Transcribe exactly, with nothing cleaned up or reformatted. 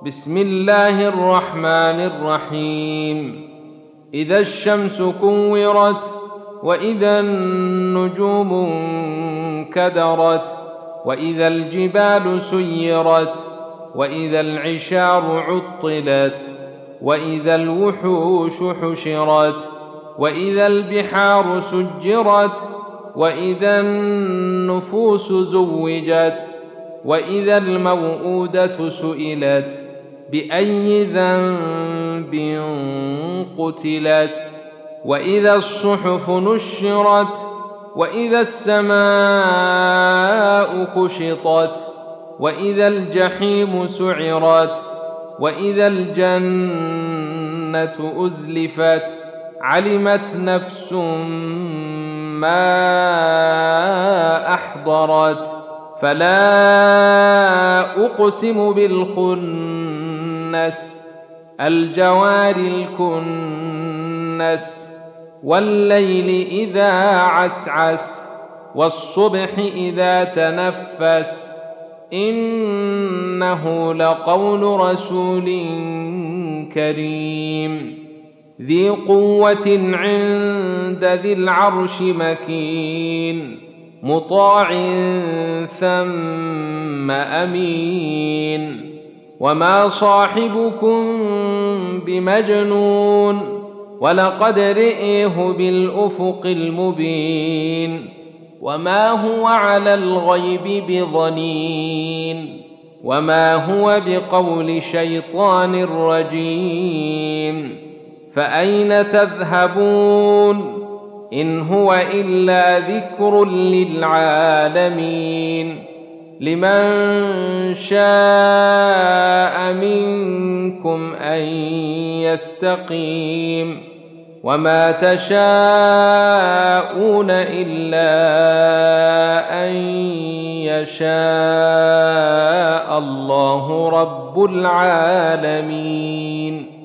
بسم الله الرحمن الرحيم. إذا الشمس كورت وإذا النجوم انكدرت وإذا الجبال سيرت وإذا العشار عطلت وإذا الوحوش حشرت وإذا البحار سجرت وإذا النفوس زوجت وإذا الموءودة سئلت بأي ذنب قتلت وإذا الصحف نشرت وإذا السماء كشطت وإذا الجحيم سعرت وإذا الجنة أزلفت علمت نفس ما أحضرت فلا أقسم بالخنس الجوار الكنس والليل إذا عسعس والصبح إذا تنفس إنه لقول رسول كريم ذي قوة عند ذي العرش مكين مطاع ثم أمين وما صاحبكم بمجنون ولقد رئيه بالأفق المبين وما هو على الغيب بضنين وما هو بقول شيطان رجيم فأين تذهبون إن هو إلا ذكر للعالمين لمن شاء منكم أن يستقيم وما تشاءون إلا أن يشاء الله رب العالمين.